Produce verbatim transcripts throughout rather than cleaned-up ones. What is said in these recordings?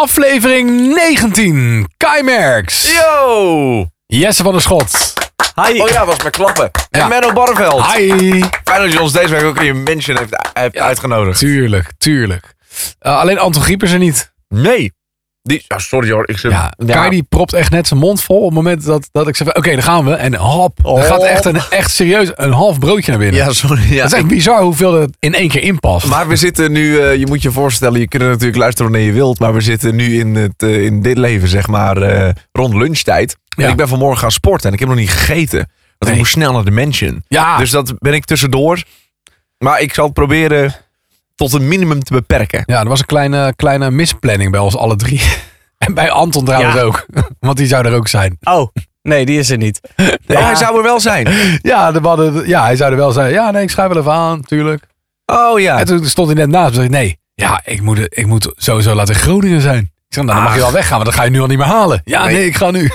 Aflevering negentien. Kai Merks. Yo! Jesse van der Schot. Hi. Oh ja, was met klappen. En Ja. Menno Barneveld. Hi. Fijn dat je ons deze week ook in je mention heeft, hebt Ja, uitgenodigd. Tuurlijk, tuurlijk. Uh, alleen Anton Griepers er niet. Nee. Die, oh, sorry hoor. Ik zeg, Ja, Kai die propt echt net zijn mond vol op het moment dat, dat ik zeg, oké, okay, dan gaan we. En hop, er gaat echt, een, echt serieus een half broodje naar binnen. Ja, sorry. Ja. Het is echt bizar hoeveel er in één keer in past. Maar we zitten nu, uh, je moet je voorstellen, je kunt er natuurlijk luisteren wanneer je wilt, maar we zitten nu in, het, uh, in dit leven, zeg maar, uh, rond lunchtijd. Ja. En ik ben vanmorgen gaan sporten en ik heb nog niet gegeten. Want Nee. ik moest snel naar de mansion. Ja. Dus dat ben ik tussendoor. Maar ik zal het proberen tot een minimum te beperken. Ja, er was een kleine, kleine misplanning bij ons alle drie. En bij Anton trouwens Ja. ook. Want die zou er ook zijn. Oh, nee, die is er niet. Maar Ja. hij zou er wel zijn. Ja, de, hadden, ja, hij zou er wel zijn. Ja, nee, ik schrijf wel even aan, tuurlijk. Oh ja. En toen stond hij net naast me. Zei ik, nee, ja, ik moet, ik moet sowieso laten Groningen zijn. Ik zei, nou, dan mag je wel weggaan, want dan ga je nu al niet meer halen. Ja, nee, Nee. ik ga nu.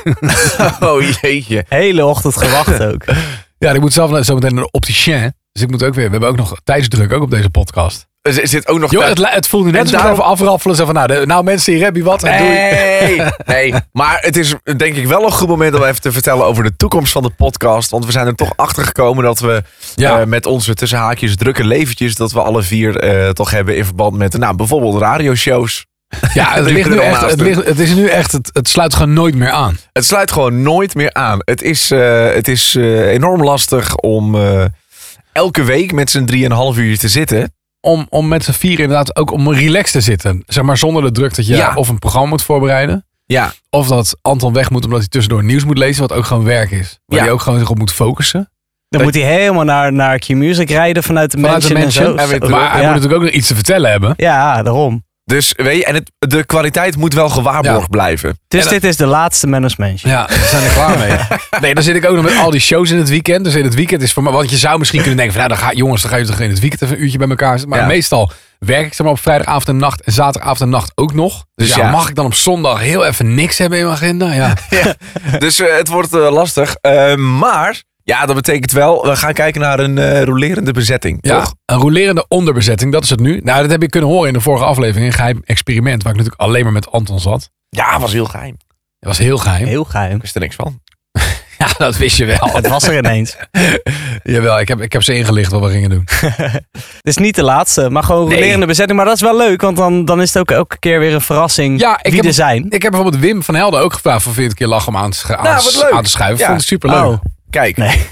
Oh jeetje. Hele ochtend gewacht ook. Ja, ik moet zelf naar- zo meteen naar de opticien. Dus ik moet ook weer, we hebben ook nog tijdsdruk, ook op deze podcast. Er zit ook nog... Joh, het, het voelt nu net En alsof we daarom- even afraffelen. Zo van, nou, de, nou mensen, hier heb je wat. En doei. Nee, nee. Maar het is denk ik wel een goed moment om even te vertellen over de toekomst van de podcast. Want we zijn er toch achter gekomen dat we Ja. uh, met onze tussen haakjes drukke leventjes, dat we alle vier uh, toch hebben in verband met, nou, bijvoorbeeld radioshows. Ja, het, Ik ligt ben nu er al echt, naast het, ligt, het is nu echt, het, het sluit gewoon nooit meer aan. Het sluit gewoon nooit meer aan. Het is, uh, het is uh, enorm lastig om uh, elke week met z'n drieënhalf uur te zitten. Om, om met z'n vier inderdaad ook om relaxed te zitten. Zeg maar zonder de druk dat je Ja. of een programma moet voorbereiden. Ja, Of dat Anton weg moet omdat hij tussendoor nieuws moet lezen. Wat ook gewoon werk is. Waar Ja. hij ook gewoon zich op moet focussen. Dan moet hij helemaal naar, naar Q-Music rijden vanuit de Vanuit de mansion en mansion. zo. En weer Zo, terug. Maar hij ja. moet natuurlijk ook nog iets te vertellen hebben. Ja, daarom. dus weet je, en het, de kwaliteit moet wel gewaarborgd Ja. blijven. Dus En dit is de laatste Menno's Mansion. Ja, we zijn er klaar mee. Nee, dan zit ik ook nog met al die shows in het weekend. Dus in het weekend is voor mij... Want je zou misschien kunnen denken van... Nou, dan ga, jongens, dan ga je toch in het weekend even een uurtje bij elkaar zitten. Maar Ja. meestal werk ik zeg maar op vrijdagavond en nacht. En zaterdagavond en nacht ook nog. Dus, Dus ja, ja. mag ik dan op zondag heel even niks hebben in mijn agenda? Ja. Ja, dus uh, het wordt uh, lastig. Uh, maar ja, dat betekent wel, we gaan kijken naar een uh, rolerende bezetting, Ja, toch? een rolerende onderbezetting, dat is het nu. Nou, dat heb je kunnen horen in de vorige aflevering. Een geheim experiment waar ik natuurlijk alleen maar met Anton zat. Ja, was heel geheim. Dat was heel geheim. Heel geheim. Ik wist er niks van. Ja, dat wist je wel. Het was er ineens. Jawel, ik heb, ik heb ze ingelicht wat we gingen doen. Het is niet de laatste, maar gewoon Nee. rolerende bezetting. Maar dat is wel leuk, want dan, dan is het ook elke keer weer een verrassing Ja, ik wie heb- er zijn. Ik heb bijvoorbeeld Wim van Helden ook gevraagd voor veertig keer lachen om aan te, schu- aan, Nou, wat leuk. aan te schuiven. Ja. Vond het superleuk. Oh, Kijk. nee.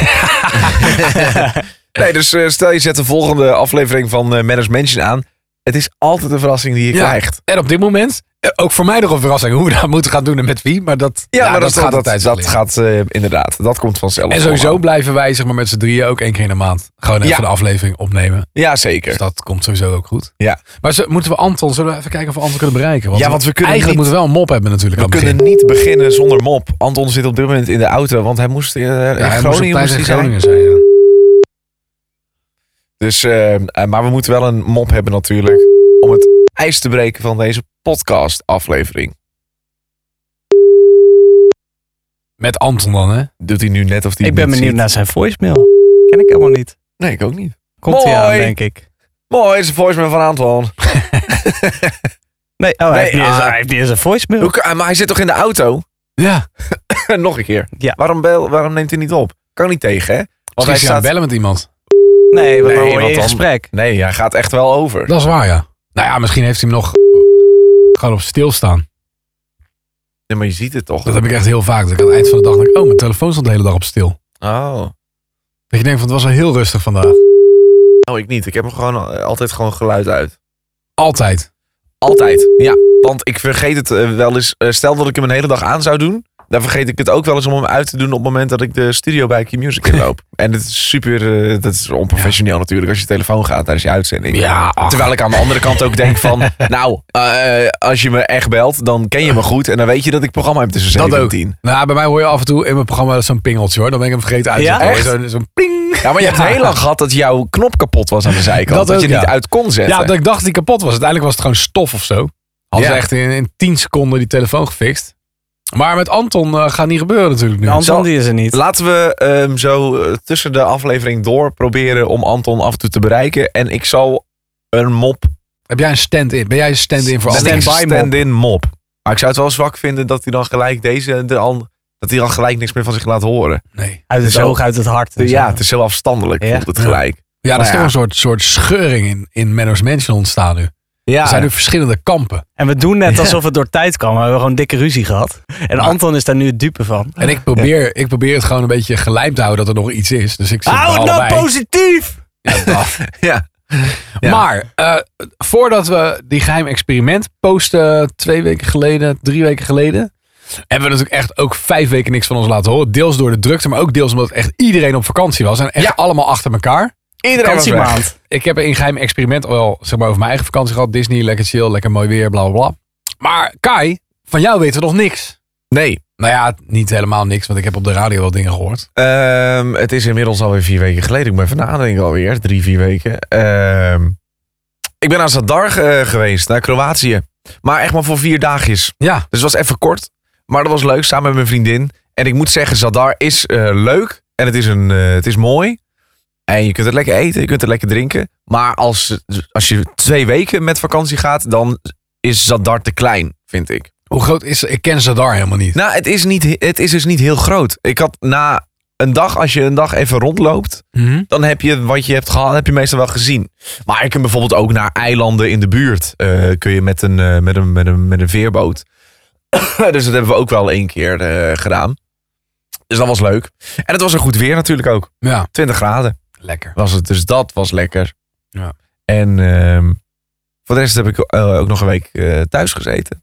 Nee, dus uh, stel je zet de volgende aflevering van uh, Menno's Mansion aan. Het is altijd een verrassing die je Ja. krijgt. En op dit moment, eh, ook voor mij nog een verrassing hoe we dat moeten gaan doen en met wie. Maar dat, Ja, maar dat, dat, gaat dat, altijd dat, gaat uh, inderdaad. Dat komt vanzelf. En sowieso allemaal. blijven wij zeg maar, met z'n drieën ook één keer in de maand gewoon even Ja. de aflevering opnemen. Ja, zeker. Dus dat komt sowieso ook goed. Ja. Maar zo, moeten we Anton, zullen we even kijken of we Anton kunnen bereiken? Want Ja, want we kunnen eigenlijk niet- moeten we wel een mop hebben natuurlijk We aan het kunnen begin. niet beginnen zonder mop. Anton zit op dit moment in de auto, want hij moest uh, in Ja, hij moest op Groningen tijd moest in hij zijn. Groningen zijn. Ja. Dus, uh, uh, maar we moeten wel een mop hebben natuurlijk. Om het ijs te breken van deze podcast aflevering. Met Anton dan, hè? Doet hij nu net of hij Ik ben niet benieuwd ziet? naar zijn voicemail. Ken ik helemaal niet. Nee, ik ook niet. Komt hij aan, Mooi. denk ik. Mooi, is een voicemail van Anton. Nee, oh, hij, Nee, heeft niet eens, ah. hij heeft niet eens een voicemail. Hoe kan- maar hij zit toch in de auto? Ja. Nog een keer. Ja. Waarom, bel, waarom neemt hij niet op? Kan niet tegen, hè? Want Want hij hij staat staat... bellen met iemand. Nee, we Nee, horen want je in dan- gesprek. Nee, hij gaat echt wel over. Dat is waar, ja. Nou ja, misschien heeft hij hem nog gewoon op stilstaan. Nee, maar je ziet het toch? Dat heb ik echt heel vaak. Dat ik aan het eind van de dag denk, oh, mijn telefoon stond de hele dag op stil. Oh. Dat je denkt van, het was wel heel rustig vandaag. Oh, ik niet. Ik heb hem gewoon uh, altijd gewoon geluid uit. Altijd. Altijd. Ja, want ik vergeet het uh, wel eens. Uh, stel dat ik hem een hele dag aan zou doen. Dan vergeet ik het ook wel eens om hem uit te doen op het moment dat ik de studio bij Q-Music inloop. En het is super, uh, dat is onprofessioneel natuurlijk als je telefoon gaat tijdens je uitzending. Ja, ach. Terwijl ik aan de andere kant ook denk van, nou, uh, als je me echt belt, dan ken je me goed. En dan weet je dat ik programma heb tussen zeven Dat en ook. tien. Nou, bij mij hoor je af en toe in mijn programma zo'n pingeltje hoor. Dan ben ik hem vergeten uit te Ja? zetten. Echt? Zo'n zo'n pling. Ja, maar je hebt Ja. heel lang gehad dat jouw knop kapot was aan de zijkant. Dat Dat, ook, je niet ja. uit kon zetten. Ja, dat ik dacht dat die kapot was. Uiteindelijk was het gewoon stof of zo. Hadden Ja. ze echt in, in tien seconden die telefoon gefixt. Maar met Anton uh, gaat niet gebeuren natuurlijk nu. Anton Zal- die is er niet. Laten we um, zo uh, tussen de aflevering door proberen om Anton af en toe te bereiken. En ik zal een mop Heb jij een stand-in? Ben jij een stand-in voor Ben alle ik een stand-by mop. stand-in mop. Maar ik zou het wel zwak vinden dat hij dan gelijk deze... De al, dat hij dan gelijk niks meer van zich laat horen. Nee. Uit het Zo. oog, uit het hart. en zo. Ja, het is zo afstandelijk. Ja. Voelt het gelijk. Ja, er Maar is ja. toch een soort, soort scheuring in, in Menno's Mansion ontstaan nu. Ja, Er zijn nu verschillende kampen. En we doen net alsof het door tijd kwam. We hebben gewoon dikke ruzie gehad. En Maar- Anton is daar nu het dupe van. En ik probeer, ik probeer het gewoon een beetje gelijmd te houden dat er nog iets is. Dus ik zit Hou bij het nou allebei. positief! Ja, dat. ja. Ja. Maar uh, voordat we die geheim experiment posten twee weken geleden, drie weken geleden, hebben we natuurlijk echt ook vijf weken niks van ons laten horen. Deels door de drukte, maar ook deels omdat echt iedereen op vakantie was. En echt Ja. allemaal achter elkaar. Iedereen was weg. Vakantiemaand. Ik heb in geheim experiment al wel, zeg maar, over mijn eigen vakantie gehad. Disney, lekker chill, lekker mooi weer, bla bla bla. Maar Kai, van jou weten we nog niks. Nee. Nou ja, niet helemaal niks, want ik heb op de radio wel dingen gehoord. Ehm, het is inmiddels alweer vier weken geleden. Ik ben even nadenken alweer. Drie, vier weken. Ehm, ik ben naar Zadar eh, geweest, naar Kroatië. Maar echt maar voor vier dagjes. Ja, Dus het was even kort. Maar dat was leuk, samen met mijn vriendin. En ik moet zeggen, Zadar is eh, leuk. En het is, een, eh, het is mooi. En je kunt het lekker eten, je kunt het lekker drinken. Maar als, als je twee weken met vakantie gaat, dan is Zadar te klein, vind ik. hoe groot is het? Ik ken Zadar helemaal niet. Nou, het is, niet, het is dus niet heel groot. Ik had na een dag, als je een dag even rondloopt, Mhm. dan heb je wat je hebt gehad, heb je meestal wel gezien. Maar je kunt bijvoorbeeld ook naar eilanden in de buurt. eh, kun je met een, eh, met een, met een, met een veerboot. Dus dat hebben we ook wel één keer eh, gedaan. Dus dat was leuk. En het was een goed weer natuurlijk ook. Ja, twintig graden lekker. was het. Dus dat was lekker. Ja. En ehm, voor de rest heb ik eh, ook nog een week eh, thuis gezeten.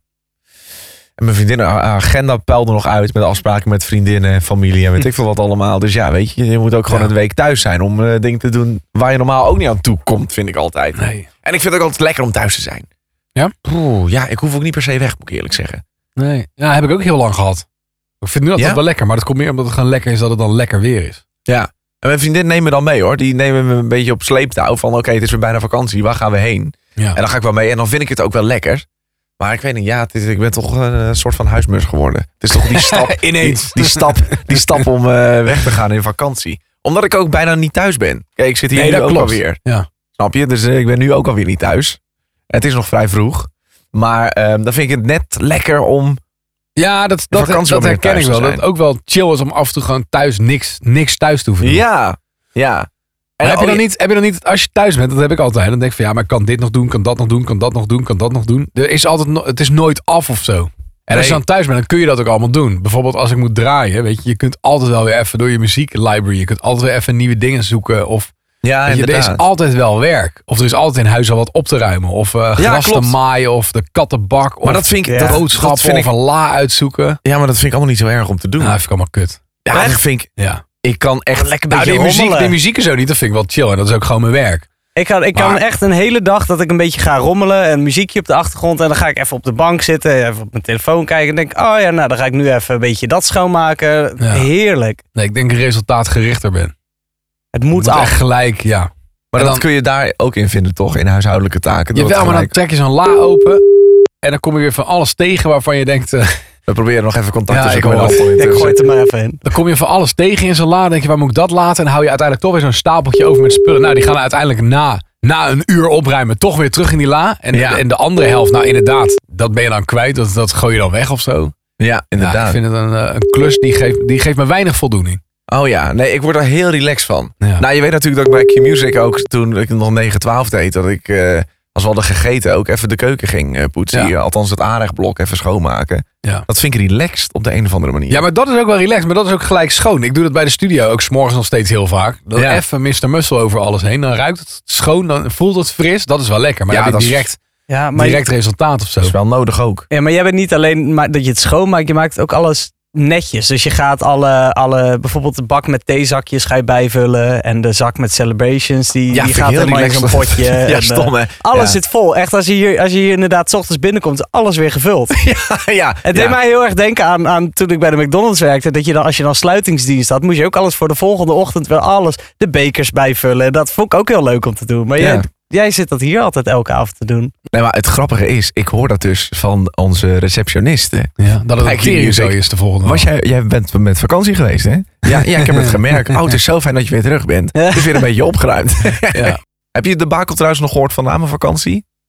En mijn vriendin, haar agenda peilde nog uit met afspraken met vriendinnen en familie en weet ik veel wat allemaal. Dus ja, weet je, je moet ook gewoon Ja. een week thuis zijn om eh, dingen te doen waar je normaal ook niet aan toe komt, vind ik altijd. Nee. En ik vind het ook altijd lekker om thuis te zijn. Ja? Oeh, ja, ik hoef ook niet per se weg, moet ik eerlijk zeggen. Nee. Ja, heb ik ook heel lang gehad. Ik vind nu altijd Ja? wel lekker, maar dat komt meer omdat het gewoon lekker is dat het dan lekker weer is. Ja. En mijn vriendin neemt me dan mee hoor. Die nemen me een beetje op sleeptouw van oké, het is weer bijna vakantie, waar gaan we heen? Ja. En dan ga ik wel mee en dan vind ik het ook wel lekker. Maar ik weet niet, ja, het is, ik ben toch een soort van huismus geworden. Het is toch die stap, Ineens. Die, die stap, die stap om eh, weg te gaan in vakantie. Omdat ik ook bijna niet thuis ben. Kijk, ik zit hier Nee, nu dat ook klopt. alweer. Ja. Snap je? Dus eh, ik ben nu ook alweer niet thuis. Het is nog vrij vroeg. Maar ehm, dan vind ik het net lekker om... Ja, dat, dat, vakantie dat om weer herken ik thuis te wel. Dat zijn. het ook wel chill is om af en toe gewoon thuis niks, niks thuis te hoeven doen. Ja, ja. Maar heb, je oh, dan niet, heb je dan niet, als je thuis bent, dat heb ik altijd. Dan denk ik van ja, maar ik kan dit nog doen, kan dat nog doen, kan dat nog doen, kan dat nog doen. Er is altijd, no- het is nooit af of zo. En als je Nee. dan thuis bent, dan kun je dat ook allemaal doen. Bijvoorbeeld als ik moet draaien, weet je, je kunt altijd wel weer even door je muzieklibrary, je kunt altijd weer even nieuwe dingen zoeken. Of Ja, weet je, er is inderdaad. altijd wel werk. Of er is altijd in huis al wat op te ruimen. Of eh gras te klopt. maaien, of de kattenbak, of Maar dat vind ik... Ja. Dat, dat boodschappen, vind ik of een la uitzoeken. ja, maar dat vind ik allemaal niet zo erg om te doen. Nou, dat vind ik allemaal kut. ja, dat vind ik... Ja. Ik kan echt... Lekker Nou, beetje die muziek, rommelen. die muziek en zo niet, dat vind ik wel chill. En dat is ook gewoon mijn werk. Ik kan, ik kan Maar- echt een hele dag dat ik een beetje ga rommelen en muziekje op de achtergrond. En dan ga ik even op de bank zitten, even op mijn telefoon kijken. En denk, oh ja, nou dan ga ik nu even een beetje dat schoonmaken. Ja. Heerlijk. Nee, ik denk dat ik resultaatgerichter ben. Het moet Moet af. echt gelijk, ja. Maar En dat dan- kun je daar ook in vinden, toch? In huishoudelijke taken. Dat Jawel, het maar dan gelijk- trek je zo'n la open. En dan kom je weer van alles tegen waarvan je denkt... eh, We proberen nog even contact Ja, tussen ik hoor komen. het. Ik gooi het er maar even in. dan kom je van alles tegen in zo'n la. Dan denk je, waar moet ik dat laten? En dan hou je uiteindelijk toch weer zo'n stapeltje over met spullen. Nou, die gaan uiteindelijk na, na een uur opruimen toch weer terug in die la. En, Ja. en de andere helft, nou inderdaad, dat ben je dan kwijt. Dat, dat gooi je dan weg of zo. Ja, Ja, inderdaad. ik vind het een, eh, een klus die geeft, die geeft me weinig voldoening. Oh ja, nee, ik word er heel relaxed van. Ja. Nou, je weet natuurlijk dat ik bij Q-Music ook, toen ik nog negen twaalf deed, dat ik, eh, als we hadden gegeten, ook even de keuken ging eh, poetsen. Ja. Althans, het aanrechtblok even schoonmaken. Ja. Dat vind ik relaxed op de een of andere manier. Ja, maar dat is ook wel relaxed. Maar dat is ook gelijk schoon. Ik doe dat bij de studio ook 's morgens nog steeds heel vaak. Dan Ja. even mister Muscle over alles heen. Dan ruikt het schoon, dan voelt het fris. Dat is wel lekker. Maar Ja, ja, heb dat je is- direct, Ja, maar, direct resultaat of zo. Dat is wel nodig ook. ja, maar jij bent niet alleen maar dat je het schoonmaakt, je maakt ook alles netjes. Dus je gaat alle, alle bijvoorbeeld de bak met theezakjes ga je bijvullen. En de zak met celebrations, die, Ja, die vind ik gaat heel helemaal in zo'n relaxed. potje. Ja, En, eh, stom hè. alles Ja. zit vol. Echt, als je hier, als je hier inderdaad 's ochtends binnenkomt, is alles weer gevuld. ja, Het ja. deed mij heel erg denken aan, aan toen ik bij de McDonald's werkte. Dat je dan, als je dan sluitingsdienst had, moest je ook alles voor de volgende ochtend weer alles, de bekers bijvullen. Dat vond ik ook heel leuk om te doen. Maar Ja. jij, jij zit dat hier altijd elke avond te doen. Nee, maar het grappige is, ik hoor dat dus van onze receptionisten. Ja, dat het Kijk, een tering zo music. is de volgende Was dag. jij, jij bent met vakantie geweest, hè? Ja, ja, ik heb het gemerkt. Oh, het is zo fijn dat je weer terug bent. Het is weer een beetje opgeruimd. Ja. Heb je de bakel trouwens nog gehoord van na mijn vakantie?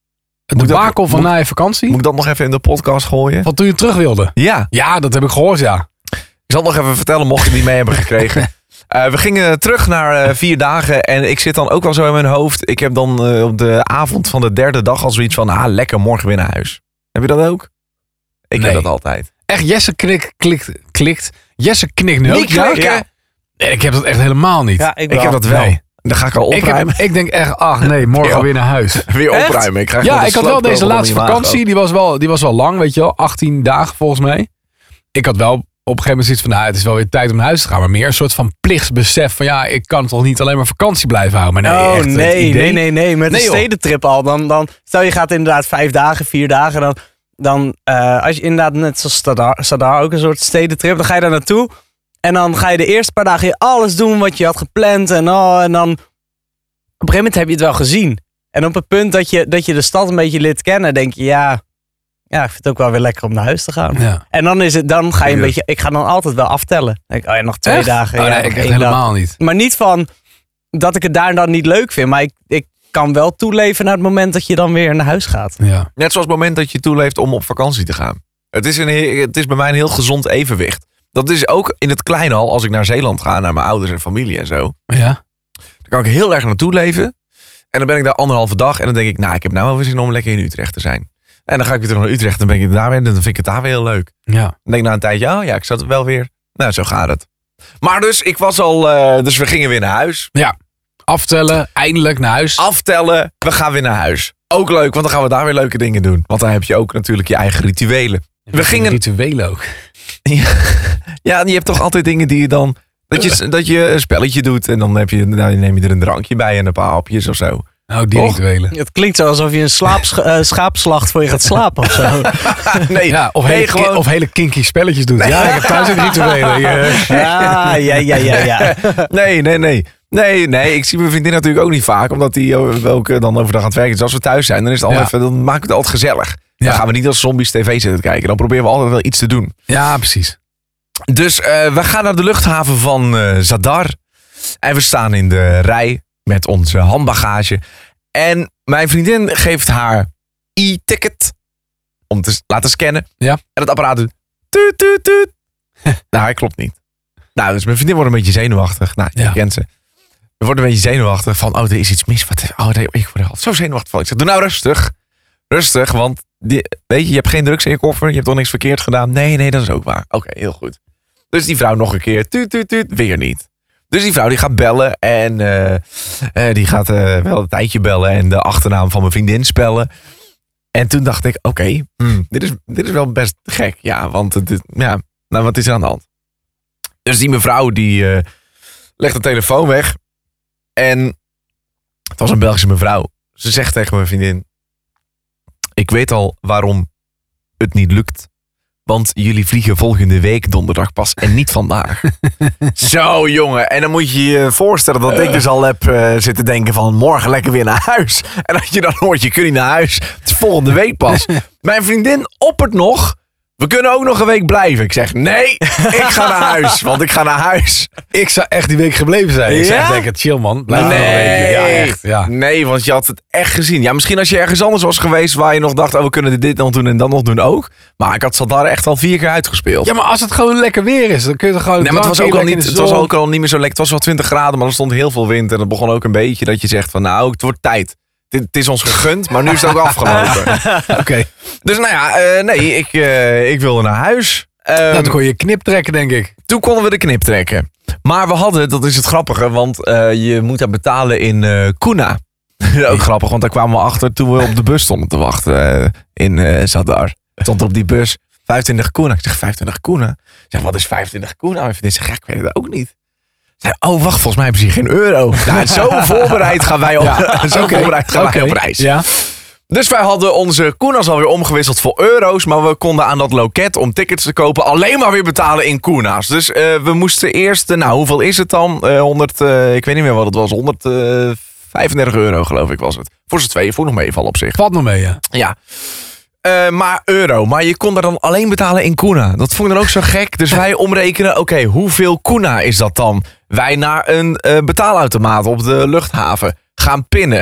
De Moet dat- bakel van moet- na je vakantie? Moet ik dat nog even in de podcast gooien? Wat toen je terug wilde? Ja, Ja, dat heb ik gehoord, ja. ik zal het nog even vertellen mocht je het niet mee hebben gekregen. Uh, we gingen terug naar uh, vier dagen en ik zit dan ook wel zo in mijn hoofd. Ik heb dan uh, op de avond van de derde dag al zoiets van, ah lekker, morgen weer naar huis. Heb je dat ook? Ik Nee. heb dat altijd. Echt, Jesse knik, klikt, klikt. Jesse knikt nu ook. Niet Ja? klikken. Ja. Nee, ik heb dat echt helemaal niet. Ja, ik, Ik heb dat wel. Nee. Dan ga ik al ik, opruimen. heb, ik denk echt, ach nee, morgen Ja. weer naar huis. Weer Echt? opruimen. Ik ga gewoon Ja, de ik had wel sloopkogel deze onder laatste je maag vakantie, ook. die was, wel, die was wel lang, weet je wel. achttien dagen volgens mij. Ik had wel op een gegeven moment zoiets van, nou, het is wel weer tijd om naar huis te gaan. Maar meer een soort van plichtsbesef van, ja, ik kan toch niet alleen maar vakantie blijven houden. Maar nee, oh echt, het nee, idee- nee, nee, nee. Met Nee, een joh. stedentrip al. Dan, dan, stel je gaat inderdaad vijf dagen, vier dagen. Dan, dan uh, als je inderdaad net zoals Sadar, Sadar ook een soort stedentrip. Dan ga je daar naartoe. En dan ga je de eerste paar dagen alles doen wat je had gepland. En, oh, en dan op een gegeven moment heb je het wel gezien. En op het punt dat je, dat je de stad een beetje leert kennen, denk je, ja, ja, ik vind het ook wel weer lekker om naar huis te gaan. Ja. En dan is het, dan ga je een Ja. beetje, ik ga dan altijd wel aftellen. Dan denk ik, oh ja, nog twee Echt? dagen. Oh, ja, nee, nog ik echt één dag. helemaal niet. Maar niet van dat ik het daar dan niet leuk vind. Maar ik, ik kan wel toeleven naar het moment dat je dan weer naar huis gaat. Ja. Net zoals het moment dat je toeleeft om op vakantie te gaan. Het is, een, he- het is bij mij een heel gezond evenwicht. Dat is ook in het klein al, als ik naar Zeeland ga, naar mijn ouders en familie en zo. Ja. Dan kan ik heel erg naartoe leven. En dan ben ik daar anderhalve dag. En dan denk ik, nou, ik heb nou wel weer zin om lekker in Utrecht te zijn. En dan ga ik weer terug naar Utrecht. Dan ben ik daar weer. En dan vind ik het daar weer heel leuk. Ja. Dan denk ik na een tijdje, oh ja, ik zat wel weer. Nou, zo gaat het. Maar dus, ik was al, eh, dus we gingen weer naar huis. Ja. Aftellen, eindelijk naar huis. Aftellen, we gaan weer naar huis. Ook leuk, want dan gaan we daar weer leuke dingen doen. Want dan heb je ook natuurlijk je eigen rituelen. We gingen... Rituelen ook. Ja, je hebt toch altijd dingen die je dan... Dat je, dat je een spelletje doet en dan heb je, nou, neem je er een drankje bij en een paar hapjes of zo. Nou, die Och. rituelen. Het klinkt zo alsof je een slaapsch- uh, schaapslacht voor je gaat slapen of zo. Nee, Ja, of, nee, hele, gewoon... of hele kinky spelletes doet. Ja, ik heb thuis ook rituelen. Je- Ja, ja, ja, ja, ja. Nee, nee, nee. Nee, nee, ik zie mijn vriendin natuurlijk ook niet vaak, omdat die ook uh, dan overdag aan het werken is. Dus als we thuis zijn, dan is het al Ja. even, dan maken we het altijd gezellig. Dan Ja. gaan we niet als zombies tv zitten kijken. Dan proberen we altijd wel iets te doen. Ja, precies. Dus uh, we gaan naar de luchthaven van uh, Zadar. En we staan in de rij met onze handbagage. En mijn vriendin geeft haar e-ticket om te s- laten scannen. Ja. En het apparaat doet tuut, tuut, tuut. Nou, hij klopt niet. Nou, dus mijn vriendin wordt een beetje zenuwachtig. Nou, je Ja. kent ze. We worden een beetje zenuwachtig van, oh, er is iets mis. Wat, oh, nee, ik word er zo zenuwachtig van. Ik zeg, doe nou rustig. Rustig, want die, weet je, je hebt geen drugs in je koffer. Je hebt toch niks verkeerd gedaan? Nee, nee, dat is ook waar. Oké, okay, heel goed. Dus die vrouw nog een keer, tuut, tuut, tuut, weer niet. Dus die vrouw die gaat bellen en uh, uh, die gaat uh, wel een tijdje bellen en de achternaam van mijn vriendin spellen. En toen dacht ik, oké, okay, hmm, dit, is, dit is wel best gek. Ja, want het, ja, nou, wat is er aan de hand? Dus die mevrouw die uh, legt de telefoon weg. En het was een Belgische mevrouw. Ze zegt tegen mijn vriendin, ik weet al waarom het niet lukt. Want jullie vliegen volgende week donderdag pas en niet vandaag. Zo jongen, en dan moet je je voorstellen dat ik dus al heb uh, zitten denken van morgen lekker weer naar huis. En dat je dan hoort, je kunt niet naar huis. Het is volgende week pas. Mijn vriendin oppert nog, we kunnen ook nog een week blijven. Ik zeg nee, ik ga naar huis, want ik ga naar huis. Ik zou echt die week gebleven zijn. Ik Ja? zeg denk het chill man. Blijf Nee. nog een weekje. Ja, echt. Ja. Nee, want je had het echt gezien. Ja, misschien als je ergens anders was geweest waar je nog dacht, oh, we kunnen dit nog doen en dat nog doen ook. Maar ik had Zadar echt al vier keer uitgespeeld. ja, maar als het gewoon lekker weer is, dan kun je er gewoon... Nee, maar het was, ook al lekker in niet, de het was zon. ook al niet meer zo lekker. Het was wel twintig graden, maar er stond heel veel wind. En het begon ook een beetje dat je zegt van nou, het wordt tijd. Dit, het is ons gegund, maar nu is het ook afgelopen. Oké. Dus nou ja, uh, nee, ik, uh, ik wilde naar huis. Um, Nou, dan kon je knip trekken, denk ik. Toen konden we de knip trekken. Maar we hadden, dat is het grappige, want uh, je moet daar betalen in uh, Kuna. Ook grappig, want daar kwamen we achter toen we op de bus stonden te wachten uh, in uh, Zadar. Stond er op die bus vijfentwintig Kuna. Ik zeg vijfentwintig Kuna? Ik zeg, wat is vijfentwintig Kuna? Mijn vriendin zegt, ja, ik weet het ook niet. Ik zei, oh, wacht, volgens mij hebben ze hier geen euro. Nou, zo voorbereid gaan wij op, ja. zo okay. voorbereid gaan okay. wij op reis. Ja. Dus wij hadden onze Kuna's alweer omgewisseld voor euro's. Maar we konden aan dat loket om tickets te kopen alleen maar weer betalen in Kuna's. Dus uh, we moesten eerst, uh, nou hoeveel is het dan? Uh, honderd, uh, ik weet niet meer wat het was. honderdvijfendertig euro geloof ik was het. Voor z'n tweeën, voor nog meevallen op zich. Valt nog mee, ja. Ja. Uh, maar euro. Maar je kon daar dan alleen betalen in Kuna. Dat vond ik dan ook zo gek. Dus wij omrekenen, oké, okay, hoeveel Kuna is dat dan? Wij naar een uh, betaalautomaat op de luchthaven gaan pinnen.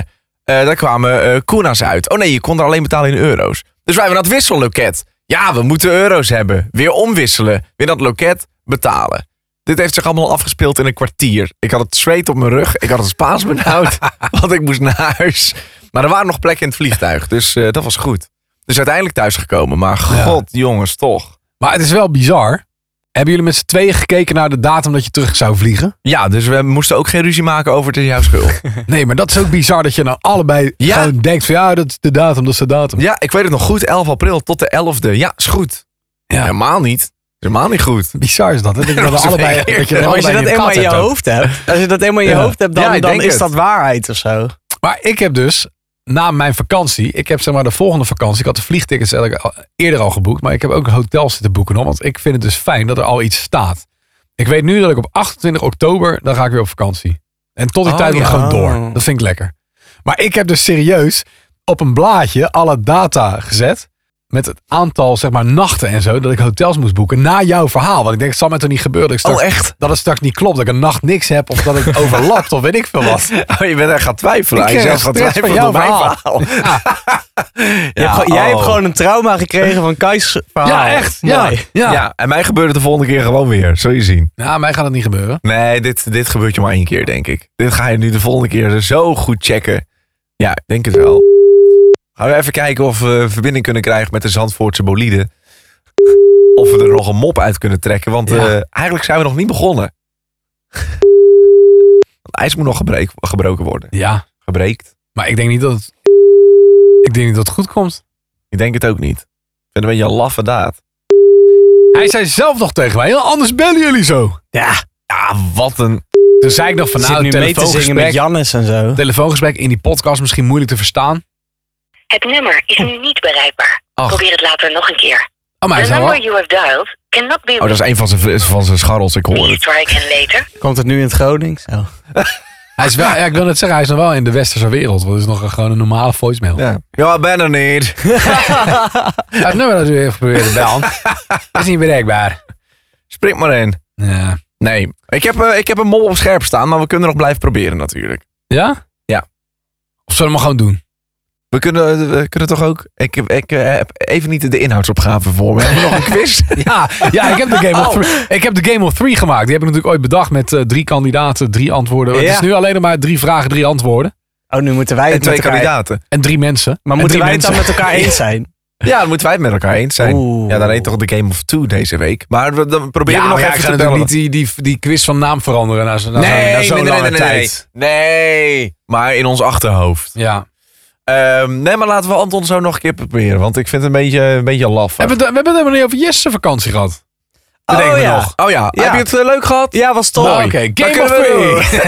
daar kwamen uh, kuna's uit. Oh nee, je kon er alleen betalen in euro's. Dus wij hebben dat wisselloket. Ja, we moeten euro's hebben. Weer omwisselen. Weer dat loket betalen. Dit heeft zich allemaal afgespeeld in een kwartier. Ik had het zweet op mijn rug. Ik had het Spaans benauwd. Want ik moest naar huis. Maar er waren nog plekken in het vliegtuig. Dus uh, dat was goed. Dus uiteindelijk thuisgekomen. Maar god, ja. jongens, toch. Maar het is wel bizar. Hebben jullie met z'n tweeën gekeken naar de datum dat je terug zou vliegen? Ja, dus we moesten ook geen ruzie maken over het is jouw schuld. Nee, maar dat is ook bizar dat je dan allebei ja. gewoon denkt van ja, dat is de datum, dat is de datum. Ja, ik weet het nog goed. elf april tot de elfde. Ja, is goed. Ja. Helemaal niet. Helemaal niet goed. Bizar is dat. Hè? Dat, je dat, allebei, dat je allebei als je dat eenmaal in je hoofd hebt. Als je dat eenmaal in je ja. hoofd hebt, dan, ja, dan is het. dat waarheid of zo. Maar ik heb dus, na mijn vakantie, ik heb zeg maar de volgende vakantie, ik had de vliegtickets eigenlijk eerder al geboekt, maar ik heb ook hotels zitten boeken nog, want ik vind het dus fijn dat er al iets staat. Ik weet nu dat ik op achtentwintig oktober, dan ga ik weer op vakantie. En tot die oh, tijd wil ik ja. gewoon door. Dat vind ik lekker. Maar ik heb dus serieus op een blaadje alle data gezet. Met het aantal zeg maar nachten en zo. Dat ik hotels moest boeken na jouw verhaal. Want ik denk, het zal mij toch niet gebeuren. Dat, ik straks, oh echt? Dat het straks niet klopt. Dat ik een nacht niks heb. Of dat ik overlapt. Of weet ik veel wat. Oh, je bent echt gaan twijfelen. Ik kreeg stress van jouw verhaal. verhaal. Ja. Ja, hebt, oh. Jij hebt gewoon een trauma gekregen van Kai's verhaal. Ja, echt. Ja. Ja. ja, en mij gebeurt het de volgende keer gewoon weer. Zul je zien. Ja, mij gaat het niet gebeuren. Nee, dit, dit gebeurt je maar één keer, denk ik. Dit ga je nu de volgende keer zo goed checken. Ja, ik denk het wel. Gaan we even kijken of we verbinding kunnen krijgen met de Zandvoortse bolide. Of we er nog een mop uit kunnen trekken. Want ja. uh, eigenlijk zijn we nog niet begonnen. Het ijs moet nog gebreek, gebroken worden. Ja. Gebreekt. Maar ik denk niet dat het... Ik denk niet dat het goed komt. Ik denk het ook niet. Ik vind het een beetje een laffe daad. Hij zei zelf nog tegen mij. Anders bellen jullie zo. Ja. Ja, wat een... Toen zei ik nog van nou, nu mee te zingen met Jannes en zo. Telefoongesprek in die podcast misschien moeilijk te verstaan. Het nummer is nu niet bereikbaar. Ach. Probeer het later nog een keer. Oh, maar The number you have dialed cannot be... Oh, dat is een van zijn, van zijn scharrels, ik hoor het. Try again later. Komt het nu in het Gronings? Oh. Hij is wel, ja, ik wil net zeggen, hij is nog wel in de westerse wereld. Want het is nog een, gewoon een normale voicemail. Ja, ja ik ben er niet. Het nummer dat u heeft geprobeerd te bellen is niet bereikbaar. Spring maar in. Ja. Nee, ik heb, uh, ik heb een mol op scherp staan, maar we kunnen nog blijven proberen natuurlijk. Ja? Ja. Of zullen we hem gewoon doen? We kunnen, we kunnen toch ook... Ik, ik uh, heb even niet de inhoudsopgave voor me. Hebben we nog een quiz? ja, ja ik, heb de Game of Three, ik heb de Game of Three gemaakt. Die heb ik natuurlijk ooit bedacht met uh, drie kandidaten, drie antwoorden. Ja. Het is nu alleen nog maar drie vragen, drie antwoorden. Oh, nu moeten wij het en twee met elkaar... kandidaten. En drie mensen. Maar moeten wij mensen. het dan met elkaar eens zijn? Ja, dan moeten wij het met elkaar eens zijn. Oeh. Ja, dan heet toch de Game of Two deze week. Maar we, dan proberen ja, we nog ja, even te bellen. Niet die, die, die quiz van naam veranderen na, na, nee, na zo'n nee, lange nee, nee, tijd. Nee, nee, maar in ons achterhoofd. Ja. Um, nee, maar laten we Anton zo nog een keer proberen. Want ik vind het een beetje, een beetje laf. We hebben het, we hebben het helemaal niet over Jesse's vakantie gehad. Oh ja. Nog. oh ja. Ja. Heb je het uh, leuk gehad? Ja, was tof. Nou, Oké, okay. Game of Three.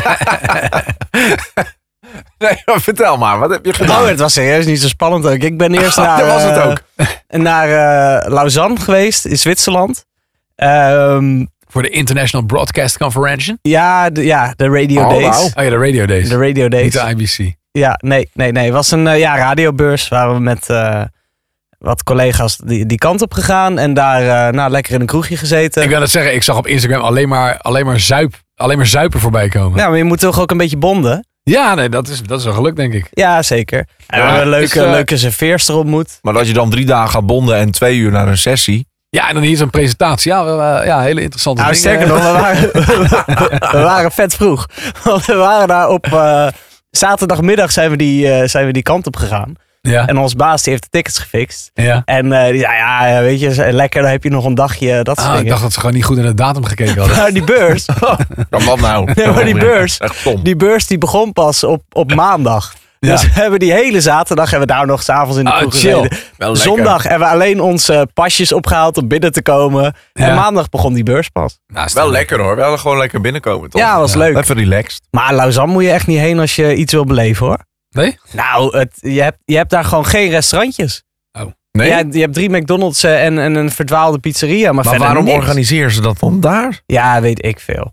Nee, vertel maar. Wat heb je gedaan? Oh, het was serieus niet zo spannend ook. Ik ben eerst naar, dat was het ook. Uh, naar uh, Lausanne geweest, in Zwitserland. Um, Voor de International Broadcast Conference? Ja, de, ja, de Radio oh, Days. Wow. Oh ja, de Radio Days. De Radio Days. Niet de I B C. Ja, nee, nee, nee. Het was een uh, ja, radiobeurs waar we met uh, wat collega's die, die kant op gegaan. En daar uh, nou, lekker in een kroegje gezeten. Ik wil het zeggen, ik zag op Instagram alleen maar, alleen maar, zuip, alleen maar zuipen voorbij komen. Ja, maar je moet toch ook een beetje bonden? Ja, nee, dat is, dat is wel geluk, denk ik. Ja, zeker. En ja, we hebben een leuke, uh, leuke serveerster ontmoet. Maar dat je dan drie dagen gaat bonden en twee uur naar een sessie. Ja, en dan hier zo'n presentatie. Ja, we, ja hele interessante nou, dingen. Sterker nog, we waren, we waren vet vroeg. Want we waren daar op uh, zaterdagmiddag zijn we, die, uh, zijn we die kant op gegaan. Ja. En ons baas die heeft de tickets gefixt. Ja. En uh, die zei, ja, weet je, lekker, dan heb je nog een dagje. Dat soort ah, dingen. Ik dacht dat ze gewoon niet goed naar de datum gekeken hadden. Maar die beurs. Dan wat nou? Ja, maar die beurs, echt stom. die beurs die begon pas op, op maandag. Ja. Dus we hebben die hele zaterdag hebben we daar nog 's avonds in de kroeg gezeten. Zondag hebben we alleen onze pasjes opgehaald om binnen te komen. Ja. En maandag begon die beurs pas. Nou, wel lekker hoor. We hadden gewoon lekker binnenkomen toch? Ja, was ja. leuk. Even relaxed. Maar Lausanne moet je echt niet heen als je iets wil beleven hoor. Nee? Nou, het, je, hebt, je hebt daar gewoon geen restaurantjes. Oh. Nee? Ja, je hebt drie McDonald's en, en een verdwaalde pizzeria. Maar, maar verder waarom niks. organiseren ze dat dan daar? Ja, weet ik veel.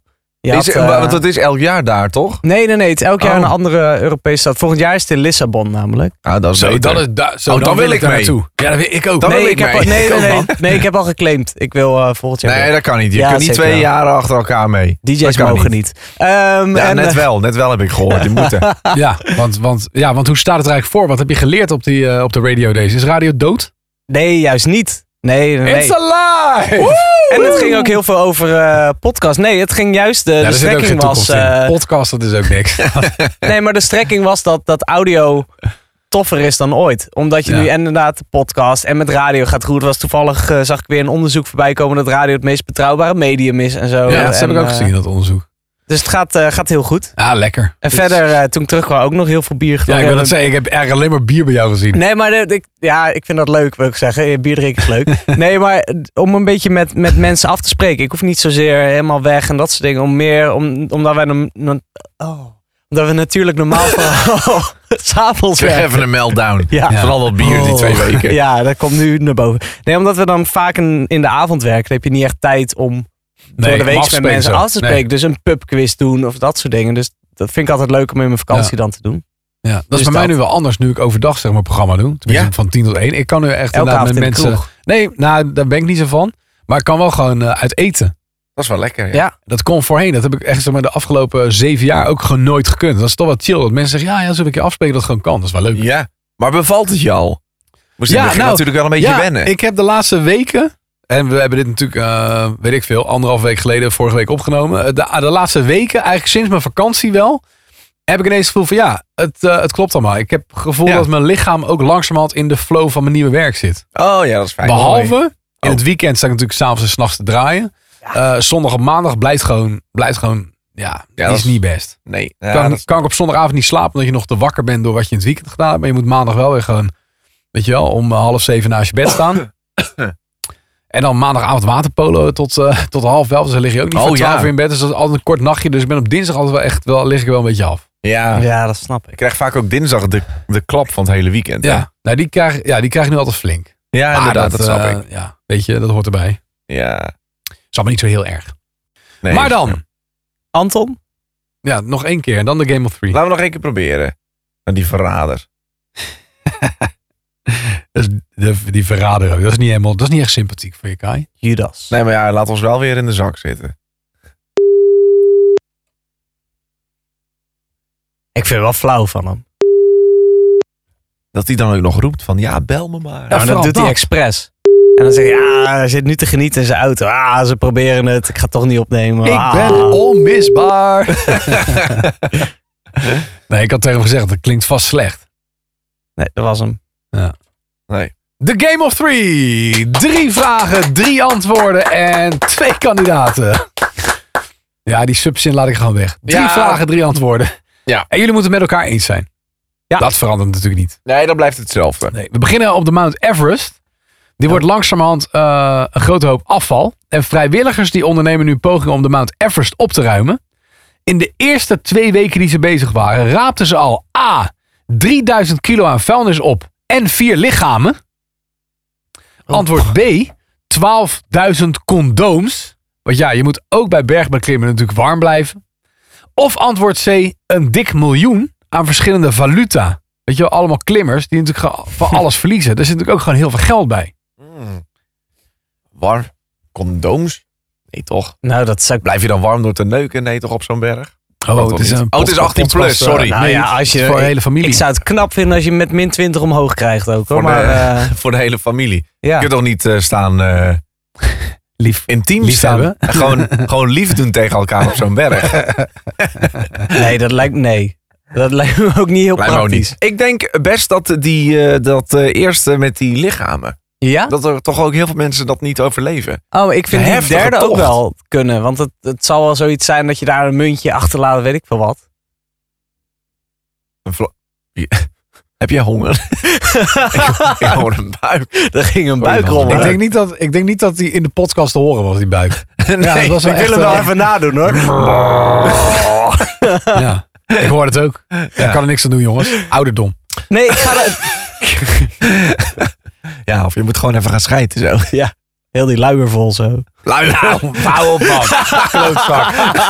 Je Is, had, uh, want het is elk jaar daar, toch? Nee, nee, nee. Het is elk jaar Oh. een andere Europese stad. Volgend jaar is het in Lissabon namelijk. Ah, dat is Zo, beter. dat is, da, zo, Oh, dan, dan wil wil ik daar mee. naartoe. Ja, dat wil ik ook. Dan nee, wil ik ik heb mee. al, nee, Kom nee, nee, dan. nee, ik heb al geclaimd. Ik wil uh, volgend jaar Nee, mee. dat kan niet. Je Ja, kunt niet zeker twee wel. jaren achter elkaar mee. D J's Dat kan mogen niet. Ehm, Ja, en, net uh, wel. Net wel heb ik gehoord. Die moeten. Ja, want, want, ja, want hoe staat het er eigenlijk voor? Wat heb je geleerd op, die, uh, op de radio deze? Is radio dood? Nee, juist niet. Nee, nee, nee. It's alive! En het ging ook heel veel over uh, podcast. Nee, het ging juist... De, Ja, de er zit ook geen strekking was... toekomst in. uh, Podcast, dat is ook niks. nee, maar de strekking was dat, dat audio toffer is dan ooit. Omdat je Ja. nu inderdaad de podcast en met radio gaat goed. Was toevallig, uh, zag ik weer een onderzoek voorbij komen... dat radio het meest betrouwbare medium is en zo. Ja, dat en, heb ik ook uh, gezien, dat onderzoek. Dus het gaat, uh, gaat heel goed. Ja, lekker. En Dus- verder, uh, toen ik terugkwam, ook nog heel veel bier Ja, gedronken. ik wil dat zeggen. Ik heb eigenlijk alleen maar bier bij jou gezien. Nee, maar de, ik, ja, ik vind dat leuk, wil ik zeggen. Bier drinken is leuk. Nee, maar om een beetje met, met mensen af te spreken. Ik hoef niet zozeer helemaal weg en dat soort dingen. Om meer, om, omdat wij... nom- nom- oh, omdat we natuurlijk normaal van... s'avonds Zeg werken. even een meltdown. Ja. Vooral dat bier die Oh. twee weken. Ja, dat komt nu naar boven. Nee, omdat we dan vaak in, in de avond werken, dan heb je niet echt tijd om door de om week af te met mensen spreken af te zo. spreken. Nee. Dus een pubquiz doen of dat soort dingen. Dus dat vind ik altijd leuk om in mijn vakantie dan te doen. Ja, dat is Dus bij mij dat. nu wel anders nu ik overdag zeg maar programma doe. Tenminste Ja? van tien tot één. Ik kan nu echt Elke inderdaad avond met in de mensen... kroeg. Nee, nou, daar ben ik niet zo van. Maar ik kan wel gewoon uh, uit eten. Dat is wel lekker. Ja. Ja. Dat kon voorheen. Dat heb ik echt zeg maar, de afgelopen zeven jaar ook gewoon nooit gekund. Dat is toch wel chill. Dat mensen zeggen, ja, ja, zullen we een keer afspreken dat het gewoon kan. Dat is wel leuk. Ja. Maar bevalt het je al? Moest je Ja, ja, nou, natuurlijk wel een beetje ja, wennen. ik heb de laatste weken... En we hebben dit natuurlijk, uh, weet ik veel, anderhalf week geleden, vorige week opgenomen. De, de laatste weken, eigenlijk sinds mijn vakantie wel, heb ik ineens het gevoel van ja, het, uh, het klopt allemaal. Ik heb het gevoel Ja. dat mijn lichaam ook langzamerhand in de flow van mijn nieuwe werk zit. Oh ja, dat is fijn. Behalve, Mooi. in Oh. het weekend sta ik natuurlijk s'avonds en s'nachts te draaien. Uh, zondag op maandag blijft gewoon, blijft gewoon ja, Ja, is dat is- niet best. Nee. Ja, kan, dat is- kan ik op zondagavond niet slapen omdat je nog te wakker bent door wat je in het weekend gedaan hebt. Maar je moet maandag wel weer gewoon, weet je wel, om uh, half zeven naast je bed staan. En dan maandagavond waterpolo tot, uh, tot half elf. Dus dan lig je ook niet Oh, voor twaalf ja. uur in bed. Dus dat is altijd een kort nachtje. Dus ik ben op dinsdag altijd wel echt, wel, lig ik wel een beetje af. ja. Ja, dat snap Ik ik. krijg vaak ook dinsdag de, de klap van het hele weekend. hè? Ja, nou, die, krijg, ja die krijg ik nu altijd flink. ja Maar inderdaad, dat, snap uh, ik. Ja, weet je, dat hoort erbij. Ja. Is allemaal niet zo heel erg. Nee. Maar dan, Anton? ja, nog één keer. En dan de Game of Three. Laten we nog één keer proberen. Naar die verrader. Dus de, die verrader ook. Dat is niet helemaal, dat is niet echt sympathiek voor je, Kai. Judas. Nee, maar ja, laat ons wel weer in de zak zitten. Ik vind het wel flauw van hem. Dat hij dan ook nog roept van, ja, bel me maar. Ja, maar dat vooral doet hij dat. expres. En dan zeg je, ja, hij zit nu te genieten in zijn auto. Ah, ze proberen het. Ik ga het toch niet opnemen. Ik Ah. ben onmisbaar. Nee, ik had tegen hem gezegd, dat klinkt vast slecht. Nee, dat was hem. Nee. The Game of Three. Drie vragen, drie antwoorden en twee kandidaten. Ja, die subzin laat ik gewoon weg. Drie Ja. vragen, drie antwoorden. Ja. En jullie moeten het met elkaar eens zijn. Ja. Dat verandert natuurlijk niet. Nee, dan blijft hetzelfde. Nee, we beginnen op de Mount Everest. Die wordt langzamerhand uh, een grote hoop afval. En vrijwilligers die ondernemen nu pogingen om de Mount Everest op te ruimen. In de eerste twee weken die ze bezig waren, raapten ze al A. drieduizend kilo aan vuilnis op en vier lichamen. Antwoord B. twaalfduizend condooms. Want ja, je moet ook bij bergbeklimmen natuurlijk warm blijven. Of antwoord C. Een dik miljoen aan verschillende valuta. Weet je wel, allemaal klimmers die natuurlijk gewoon van alles verliezen. Er zit natuurlijk ook gewoon heel veel geld bij. Mm. Warm. Condooms? Nee, toch? Nou, dat zou ik... Blijf je dan warm door te neuken? Nee, toch op zo'n berg? Oh, toch het is niet? een Oh, het is podcast- achttien plus, podcast, sorry. uh, Nou nee, ja, het als is je, voor de hele familie. Ik zou het knap vinden als je met min twintig omhoog krijgt ook. Hoor. Voor, Maar, de, eh, voor de hele familie. ja. Je kunt toch niet eh, staan... eh, Lief. intiem Lief staan. hebben. En gewoon, gewoon lief doen tegen elkaar op zo'n berg. Nee, dat lijkt, nee. dat lijkt me ook niet heel Lijkt me ook praktisch. niet. Ik denk best dat die eh, dat eh, eerste met die lichamen. Ja? Dat er toch ook heel veel mensen dat niet overleven. Oh, ik vind Een die heftige derde ook tocht. wel kunnen. Want het, het zal wel zoiets zijn dat je daar een muntje achterlaat, weet ik veel wat. Een vla- Ja. Heb jij honger? ik hoor een buik. Er ging een buik Ik rollen. Ik denk, niet dat, ik denk niet dat die in de podcast te horen was, die buik. Nee, Ja, dat was wel ik echt, wil hem wel uh, even nadoen hoor. Ja, ik hoor het ook. Ik kan er niks aan doen, jongens. Ouderdom. Nee, ik ga er... Ja, of je moet gewoon even gaan schijten zo. Ja. Heel die luier vol zo. Luier, hou op man. Klootzak.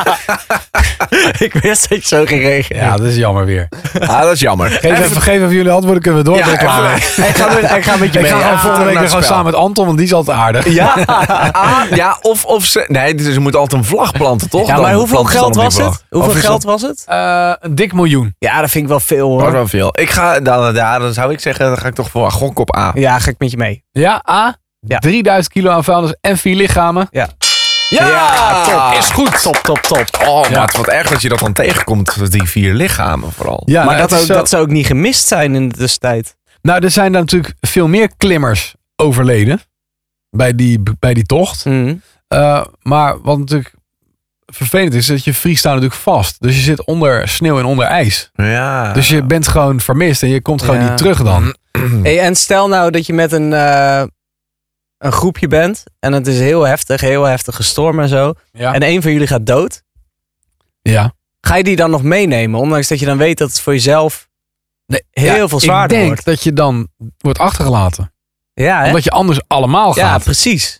Ik wist dat je zo ging reageren. Ja, dat is jammer weer. Ah, dat is jammer. Geef even, geef even jullie antwoorden, kunnen we door. Ja, ben ik klaar mee. Ik ga, met, ik ga met je Ik mee. ga gewoon Ja, volgende week naar weer gewoon het samen met Anton, want die is altijd aardig. Ja, ah, ja of, of ze... Nee, dus ze moeten altijd een vlag planten, toch? Ja, maar Dan hoeveel planten ze geld dan op was die het? vlag. Hoeveel Of is geld dat- was het? Uh, een dik miljoen. Ja, dat vind ik wel veel Dat was hoor. wel veel. Ik ga, dan, ja, dan zou ik zeggen, dan ga ik toch voor gok op A. Ja, ga ik met je mee. Ja, A. Ja. drieduizend kilo aan vuilnis en vier lichamen. Ja. Ja, top. Is goed. Top, top, top. Oh, maar Ja. het is wat erg dat je dat dan tegenkomt, die vier lichamen vooral. Ja, maar nou, dat, het is ook, zo- dat zou ook niet gemist zijn in de tussentijd. Nou, er zijn dan natuurlijk veel meer klimmers overleden. Bij die, bij die tocht. Mhm. Uh, maar wat natuurlijk vervelend is, dat je vriest daar natuurlijk vast. Dus je zit onder sneeuw en onder ijs. Ja. Dus je bent gewoon vermist en je komt gewoon Ja. niet terug dan. Hey, en stel nou dat je met een, eh, een groepje bent. En het is heel heftig, heel heftige storm en zo. Ja. En een van jullie gaat dood. ja. Ga je die dan nog meenemen? Ondanks dat je dan weet dat het voor jezelf Nee, heel ja, veel zwaarder Ik denk wordt. dat je dan wordt achtergelaten. Ja, hè? Omdat je anders allemaal Ja, gaat. precies.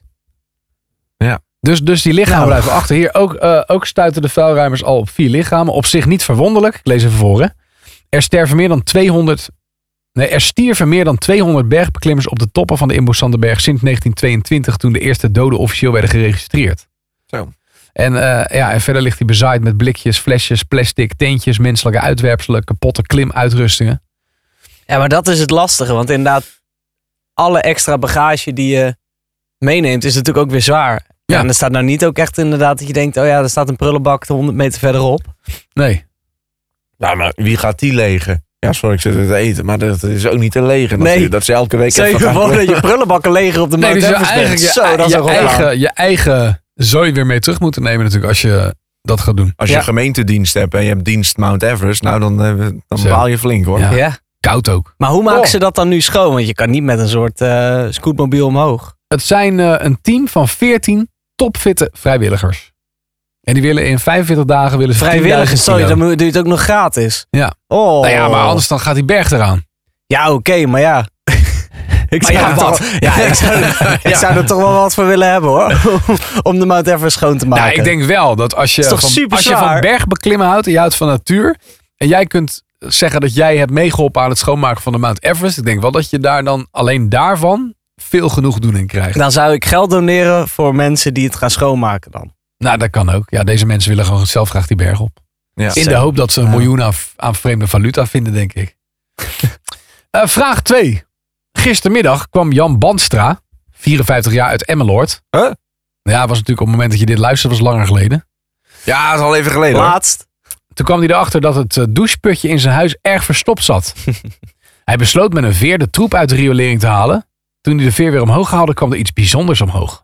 Dus, dus die lichamen Nou. blijven achter. Hier ook, uh, ook stuiten de vuilruimers al op vier lichamen. Op zich niet verwonderlijk. Ik lees even voor. Hè. Er sterven meer dan tweehonderd... Nee, er stierven meer dan tweehonderd bergbeklimmers op de toppen van de Imbosanderberg sinds negentien tweeëntwintig, toen de eerste doden officieel werden geregistreerd. Zo. En, uh, ja, en verder ligt hij bezaaid met blikjes, flesjes, plastic, teentjes, menselijke uitwerpselen, kapotte klimuitrustingen. Ja, maar dat is het lastige. Want inderdaad, alle extra bagage die je meeneemt is natuurlijk ook weer zwaar. Ja. Ja. En er staat nou niet ook echt inderdaad dat je denkt, oh ja, er staat een prullenbak honderd meter verderop. Nee. Nou, maar wie gaat die legen? Ja, sorry, ik zit het te eten, maar dat is ook niet te legen. Nee. Dat, dat ze elke week Stel je even gaan- gewoon dat je prullenbakken leger op de Nee, Mount dus je Everest eigenlijk bent. je, Zo, dat is je, ook wel klaar. eigen, je eigen zooi weer mee terug moeten nemen natuurlijk als je dat gaat doen. Als je Ja. gemeentedienst hebt en je hebt dienst Mount Everest, nou dan, eh, dan Zo. baal je flink hoor. Ja. Ja. Koud ook. Maar hoe maken Oh. ze dat dan nu schoon? Want je kan niet met een soort eh scootmobiel omhoog. Het zijn uh, een team van veertien topfitte vrijwilligers. En die willen in vijfenveertig dagen willen ze Vrijwilligers, tienduizend sorry, kilo. dan moet- doe je het ook nog gratis. Ja. Oh. Nou ja, maar anders dan gaat die berg eraan. Ja, oké, maar ja. ik Maar zou ja, er wat? toch, ja, ik zou, ik zou er toch wel wat voor willen hebben hoor. Om de Mount Everest schoon te maken. Nou, ik denk wel dat als je, Is toch van, super als je van zwaar? bergbeklimmen houdt en je houdt van natuur. En jij kunt zeggen dat jij hebt meegeholpen aan het schoonmaken van de Mount Everest. Ik denk wel dat je daar dan alleen daarvan veel genoegdoening krijgt. Dan zou ik geld doneren voor mensen die het gaan schoonmaken dan. Nou, dat kan ook. Ja, deze mensen willen gewoon zelf graag die berg op. Ja. In de hoop dat ze een Ja. miljoen aan, aan vreemde valuta vinden, denk ik. uh, vraag twee. Gistermiddag kwam Jan Bandstra, vierenvijftig jaar uit Emmeloord. Huh? Ja, was natuurlijk op het moment dat je dit luisterde, was langer geleden. Ja, dat is al even geleden hoor. Laatst. Toen kwam hij erachter dat het uh, doucheputje in zijn huis erg verstopt zat. Hij besloot met een veer de troep uit de riolering te halen. Toen hij de veer weer omhoog haalde, kwam er iets bijzonders omhoog.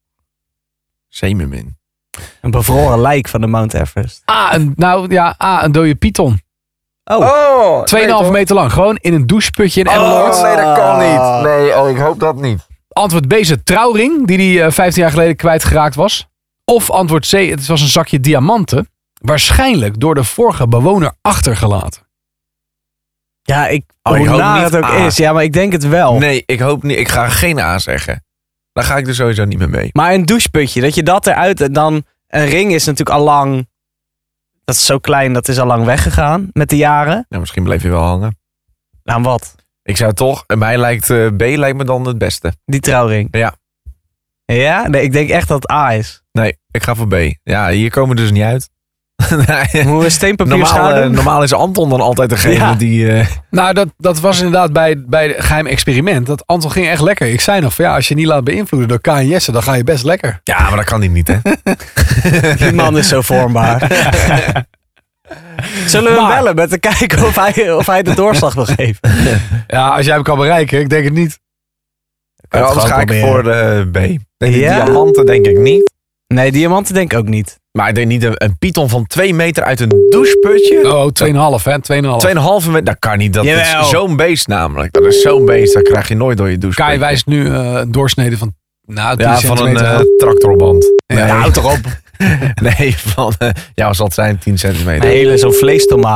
Zeemermin. Een bevroren lijk van de Mount Everest. A, een, nou ja, A, een dode python. Oh. Oh, tweeënhalve meter lang. Gewoon in een doucheputje in Emmeloord. Oh, nee, dat kan niet. Nee, oh, ik hoop dat niet. Antwoord B is de trouwring die hij uh, vijftien jaar geleden kwijtgeraakt was. Of antwoord C, het was een zakje diamanten. Waarschijnlijk door de vorige bewoner achtergelaten. Ja, ik, Oh, ik hoe hoop naar niet het ook A. is. Ja, maar ik denk het wel. Nee, ik hoop niet. Ik ga geen A zeggen. Dan ga ik er sowieso niet meer mee. Maar een doucheputje, dat je dat eruit... en dan een ring is natuurlijk al lang... Dat is zo klein, dat is al lang weggegaan met de jaren. Nou, misschien bleef je wel hangen. Nou, wat? Ik zou toch, en mij lijkt uh, B lijkt me dan het beste. Die trouwring. Ja. Ja? Nee, ik denk echt dat het A is. Nee, ik ga voor B. Ja, hier komen we dus niet uit. Nee. Hoe we steenpapier Normaal, uh, schaduw? normaal is Anton dan altijd degene Ja. die... Uh, Nou, dat, dat was inderdaad bij, bij het geheim experiment. Dat Anton ging echt lekker. Ik zei nog van ja, als je niet laat beïnvloeden door K en Jesse, dan ga je best lekker. ja, maar dat kan hij niet, hè? Die man is zo vormbaar. Zullen we hem Maar- bellen met te kijken of hij, of hij de doorslag wil geven? Ja, als jij hem kan bereiken, ik denk het niet. Ja, anders gewoon ga ik proberen. voor de B. Denk die Ja? diamanten denk ik niet. Nee, diamanten denk ik ook niet. Maar ik denk niet een, een python van twee meter uit een doucheputje. Oh, twee komma vijf hè, twee komma vijf. Tweeënhalve meter, dat kan niet. Dat Jawel. is zo'n beest namelijk. Dat is zo'n beest, dat krijg je nooit door je doucheputje. Kai wijst nu uh, een doorsnede van nou, tien Ja, van een centimeter. uh, tractorband. Ja, houd toch op. Nee, van, uh, ja, wat zal het zijn? tien centimeter. Een hele zo'n vleestomaat.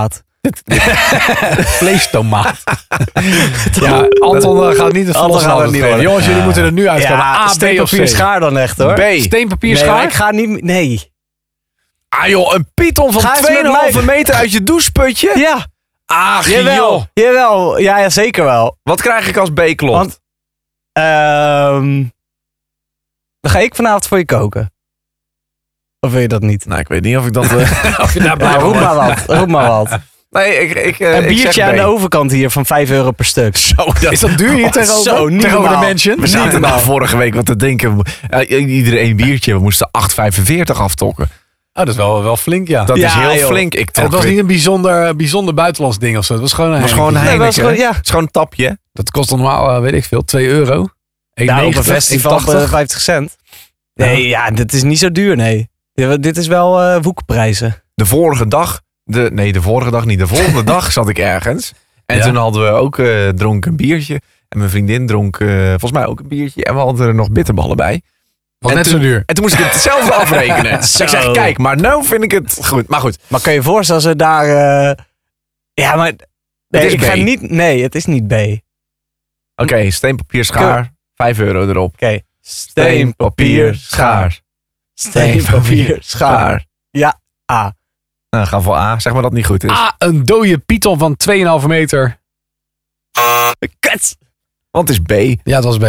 Vleestomaat. ja, Anton uh, gaat niet het Anton gaat het niet worden. Jongens, jullie ja. moeten er nu uitkomen. Ja, A, B of steenpapier C? schaar dan echt hoor. B. Steenpapier Nee, schaar? maar ik ga niet... Nee. Ah joh, een python van Ga eens met twee komma vijf mij. meter uit je doucheputje? Ja. Ach Jawel. joh. Jawel. Ja, ja, zeker wel. Wat krijg ik als B klopt? Want... ehm dan ga ik vanavond voor je koken. Of wil je dat niet? Nou, ik weet niet of ik dat... Uh, Of je daar blij Nou, van roep wordt. maar wat. Roep maar wat. nee, ik, ik, uh, Een ik biertje zeg aan B. de overkant hier van vijf euro per stuk. Zo, dat Is dat duur hier tegenover? Zo, niet tegenover de normaal. mansion? We zaten Niet daar normaal. vorige week wat te denken. Uh, iedereen een biertje. We moesten acht vijfenveertig aftokken. Oh, dat is wel, wel flink, ja. Dat Ja, is heel joh. flink. Ik En het trok was weer- niet een bijzonder, bijzonder buitenlands ding of zo. Het was gewoon een Het was gewoon een Heineken. Nee, Heineken. was gewoon- ja. Het is gewoon een tapje. Dat kost normaal, uh, weet ik veel, twee euro. Ja, op een festival één tachtig. uh, vijftig cent. Nee, ja, dit is niet zo duur, nee. Dit, dit is wel uh, woekerprijzen. De vorige dag... De, nee, de vorige dag niet. De volgende dag zat ik ergens. En Ja. toen hadden we ook uh, dronken een biertje. En mijn vriendin dronk uh, volgens mij ook een biertje. En we hadden er nog bitterballen bij. Was En net toen- zo duur. En toen moest ik het hetzelfde afrekenen. Zo. Ik zeg, kijk, maar nou vind ik het goed. Maar goed, Maar kan je je voorstellen als we daar... uh, ja, maar... Nee, is ik B. ga niet... Nee, het is niet B. Oké. oké, steenpapier, schaar. Vijf euro erop. Steen, papier, schaar. Steen, papier, schaar. Ja, A. Nou, ga voor A. Zeg maar dat het niet goed is. A, een dode python van twee komma vijf meter. Kut! Want het is B. Ja, het was B.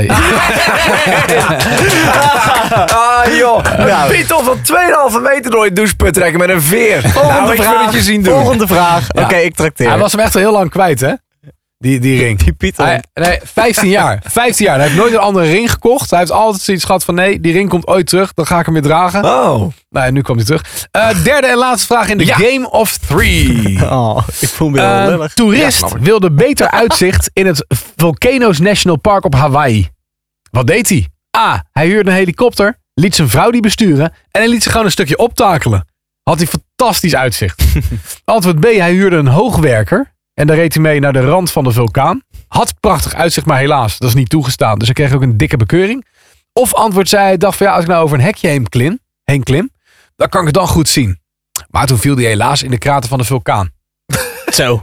Ah joh, een Nou. python van twee komma vijf meter door je doucheput trekken met een veer. Volgende nou, ik wil vraag. het je zien doen. Volgende vraag. Ja. Oké, ik trakteer. Hij was hem echt al heel lang kwijt, hè? Die, die ring. die Python. Hij, nee, vijftien jaar. vijftien jaar. Hij heeft nooit een andere ring gekocht. Hij heeft altijd zoiets gehad van nee, die ring komt ooit terug. Dan ga ik hem weer dragen. Oh. Nou, nu komt hij terug. Uh, derde en laatste vraag in de Ja. Game of Three. Oh, ik voel me heel Een lullig. Ja, toerist snap ik. wilde beter uitzicht in het Volcano's National Park op Hawaii. Wat deed hij? A. Hij huurde een helikopter, liet zijn vrouw die besturen en hij liet zich gewoon een stukje optakelen. Had hij fantastisch uitzicht. Antwoord B. Hij huurde een hoogwerker en daar reed hij mee naar de rand van de vulkaan. Had prachtig uitzicht, maar helaas, dat is niet toegestaan. Dus hij kreeg ook een dikke bekeuring. Of antwoord zei hij, dacht van ja, als ik nou over een hekje heen klim, heen klim dan kan ik het dan goed zien. Maar toen viel hij helaas in de krater van de vulkaan. Zo.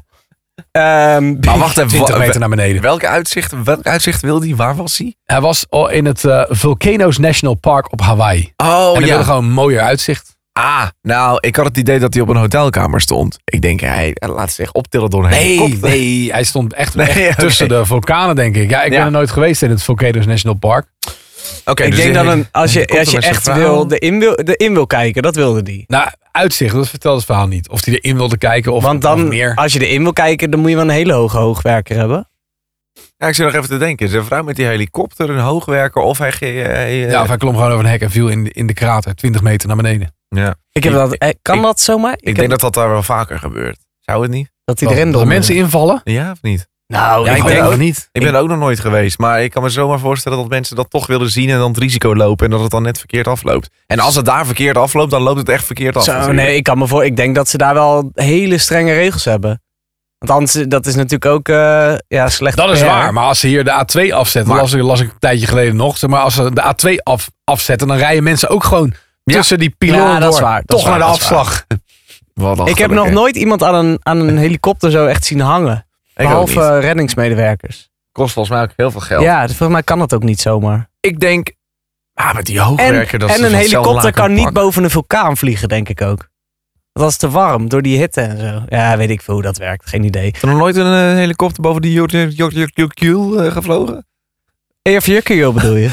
Ehm, Maar wacht even. twintig wa- meter naar beneden. Welke uitzicht, welk uitzicht wilde hij? Waar was hij? Hij was al in het uh, Volcano's National Park op Hawaii. Oh en hij wilde gewoon een mooier uitzicht. Ah, nou, ik had het idee dat hij op een hotelkamer stond. Ik denk, hij laat zich optillen door een Nee, helikopter. nee, hij stond echt, Nee, echt oké. tussen de vulkanen, denk ik. Ja, ik Ja. ben er nooit geweest in het Volcano's National Park. Oké, ik dus denk een dat een, als je, helikopter als je met zijn echt vrouw. wil, de in wil, de in wil kijken, dat wilde die. Nou, uitzicht, dat vertelt het verhaal niet. Of hij erin wilde kijken of, Want of dan, meer. als je erin wil kijken, dan moet je wel een hele hoge hoogwerker hebben. Ja, ik zit nog even te denken. Zijn vrouw met die helikopter, een hoogwerker of hij... ge- hij eh, Ja, of hij klom gewoon over een hek en viel in de, in de krater, twintig meter naar beneden. ja. Ik heb Ik- dat, eh, kan ik- dat zomaar? Ik, Ik heb denk dat dat daar wel vaker gebeurt. Zou het niet? dat hij Dat, erin dat er donderde. mensen invallen? Ja, of niet? Nou, Ja, ik ik denk ben dat ook- niet. Ik ben er ook nog nooit geweest. Maar ik kan me zomaar voorstellen dat mensen dat toch willen zien en dan het risico lopen. En dat het dan net verkeerd afloopt. En als het daar verkeerd afloopt, dan loopt het echt verkeerd af. Zo, natuurlijk. nee, ik kan me voor. Ik denk dat ze daar wel hele strenge regels hebben. Want anders, dat is natuurlijk ook eh, ja, slecht. Dat is P R. waar, maar als ze hier de A twee afzetten, Maar- las, ik- las ik een tijdje geleden nog. Zeg maar als ze de A twee af, afzetten, dan rijden mensen ook gewoon Ja. tussen die pilonen Ja, dat is door. waar, dat Toch is waar, naar de dat is waar. afslag. Wat Ik heb achterlijk, nog hè? nooit iemand aan een, aan een helikopter zo echt zien hangen. Ik ook Behalve niet. eh, reddingsmedewerkers. Kost volgens mij ook heel veel geld. Ja, dus volgens mij kan dat ook niet zomaar. Ik denk, ah, met die En, hoogwerker... dat en ze een van hetzelfde helikopter laken kan niet pakken. boven een vulkaan vliegen, denk ik ook. Want dat is te warm door die hitte en zo. Ja, weet ik veel hoe dat werkt. Geen idee. Heb je nog nooit een eh, helikopter boven die Jokjul uh, gevlogen? Air Vierkeur bedoel je?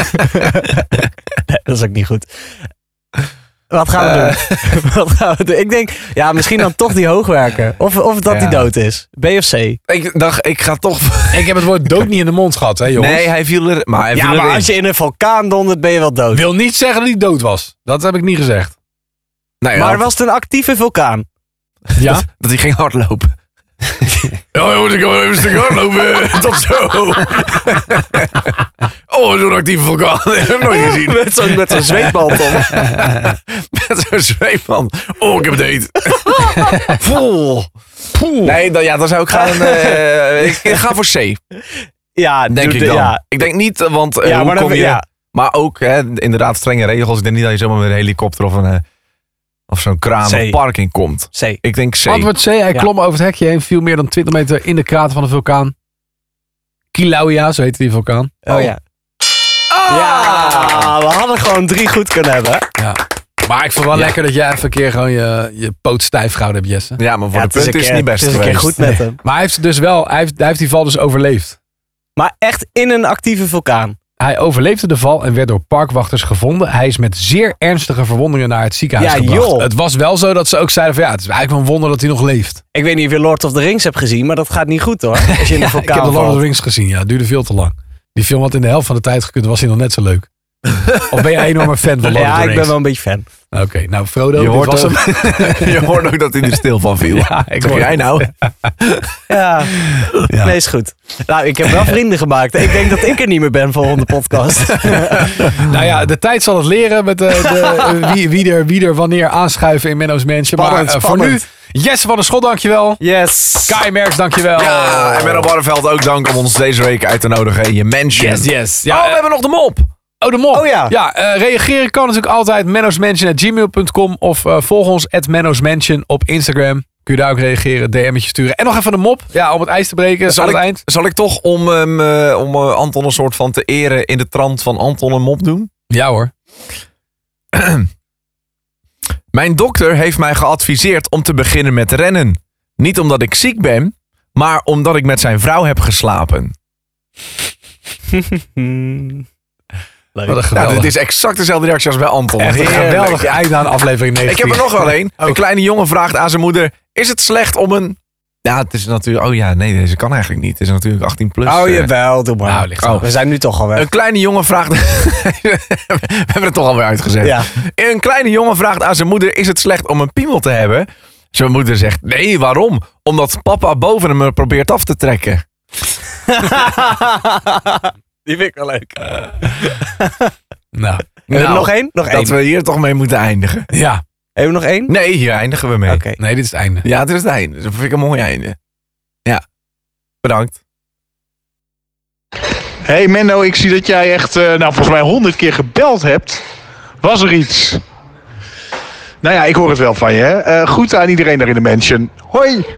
Nee, dat is ook niet goed. Wat gaan we doen? Wat gaan we doen? Ik denk, ja, misschien dan toch die hoogwerker. Of, of dat Ja. die dood is. B of C. Ik dacht, ik ga toch... Ik heb het woord dood niet in de mond gehad, hè jongens. Nee, hij viel er... Maar hij Ja, viel maar erin. als je in een vulkaan dondert, ben je wel dood. wil niet zeggen dat hij dood was. Dat heb ik niet gezegd. Nou ja, Maar was het een actieve vulkaan? Ja? dat, dat hij ging hardlopen. Ja, jongens, ik ga even een stuk hardlopen. Tot zo. Oh, zo'n actieve vulkaan. Dat heb ik nooit gezien. Met zo'n met zo'n zweetband om. Met zo'n zweepman. Oh, ik heb het heet. Vol. Nee, dan, ja, dan zou ik gaan... eh, ik, ik ga voor C, Ja, denk doe- ik dan. Ja, Ik denk niet, eh, want eh, ja hoe maar dan, kom je... ja. Maar ook, hè, inderdaad, strenge regels. Ik denk niet dat je zomaar met een helikopter of een... eh, Of zo'n kraan C. op parking komt. C. Ik denk C. Antwoord C. Hij Ja. klom over het hekje heen. Viel meer dan twintig meter in de krater van de vulkaan. Kilauea, zo heette die vulkaan. Oh ja. Ja, we hadden gewoon drie goed kunnen hebben. Ja. Maar ik vond wel Ja. lekker dat jij even een keer gewoon je, je poot stijf gehouden hebt, Jesse. Ja, maar voor Ja, de punten een is keer- het niet best het is een keer geweest. goed met hem. Maar hij heeft dus wel, hij heeft, hij heeft die val dus overleefd. Maar echt in een actieve vulkaan. Hij overleefde de val en werd door parkwachters gevonden. Hij is met zeer ernstige verwondingen naar het ziekenhuis Ja, gebracht. joh. Het was wel zo dat ze ook zeiden van ja, het is eigenlijk wel een wonder dat hij nog leeft. Ik weet niet of je Lord of the Rings hebt gezien, maar dat gaat niet goed hoor. Als je in de Ik vulkaan heb de Lord of the valt. Rings gezien, ja. Het duurde veel te lang. Die film had in de helft van de tijd gekund, was hij nog net zo leuk. Of ben jij een enorme fan van Lord of Ja, the ik Rings? ben wel een beetje fan. Oké, nou Frodo, Je dit hoort, was ook, hem. je hoort ook dat hij er stil van viel. Ja, ik Zeg hoor jij het. nou? Ja. Ja. Nee, is goed. Nou, ik heb wel vrienden gemaakt. Ik denk dat ik er niet meer ben volgende podcast. Nou ja, de tijd zal het leren met de, de, eh, wie, wie, er, wie er wanneer aanschuiven in Menno's Mansion. Maar Spannend, eh, voor nu, spannend. Jesse van der Schot, dankjewel. Yes. Kai Merks, dankjewel. Ja, en Menno Barneveld ook dank om ons deze week uit te nodigen in je mansion. Yes, yes. Ja, Ja, oh, we eh, hebben nog de mop. oh, de mop. Oh ja. Ja, eh, reageren kan natuurlijk altijd mennosmansion at gmail punt com of eh, volg ons at mennosmansion op Instagram. Kun je daar ook reageren, D M'tje sturen. En nog even de mop, ja, om het ijs te breken Zal aan het ik, eind. zal ik toch om, um, uh, om uh, Anton een soort van te eren in de trant van Anton een mop doen? Ja hoor. Mijn dokter heeft mij geadviseerd om te beginnen met rennen. Niet omdat ik ziek ben, maar omdat ik met zijn vrouw heb geslapen. Hmm. Leuk. Wat een Nou, geweldig. dit is exact dezelfde reactie als bij Anton. echt een Heerlijk. geweldig Ja. eind aan aflevering Ik negentien. heb er nog wel een. Oh. Een kleine jongen vraagt aan zijn moeder: is het slecht om een... Ja, het is natuurlijk... Oh ja, nee, deze kan eigenlijk niet. Het is natuurlijk achttien plus. Oh eh. jawel, doe maar. Nou, ligt Oh. We zijn nu toch al weg. Een kleine jongen vraagt... We hebben het toch alweer uitgezet. Ja. Een kleine jongen vraagt aan zijn moeder: is het slecht om een piemel te hebben? Zijn moeder zegt: nee, waarom? Omdat papa boven hem er probeert af te trekken. Die vind ik wel leuk. Nou, Hebben we Nou, er nog één? Nog Dat één. we hier toch mee moeten eindigen. ja. Hebben we nog één? Nee, hier eindigen we mee. Oké. Nee, dit is het einde. Ja, het is het einde. Dat vind ik een mooi einde. Ja. Bedankt. Hey Menno, ik zie dat jij echt, eh, nou volgens mij honderd keer gebeld hebt. Was er iets? Nou ja, ik hoor het wel van je. Hè? Uh, goed aan iedereen daar in de mansion. Hoi!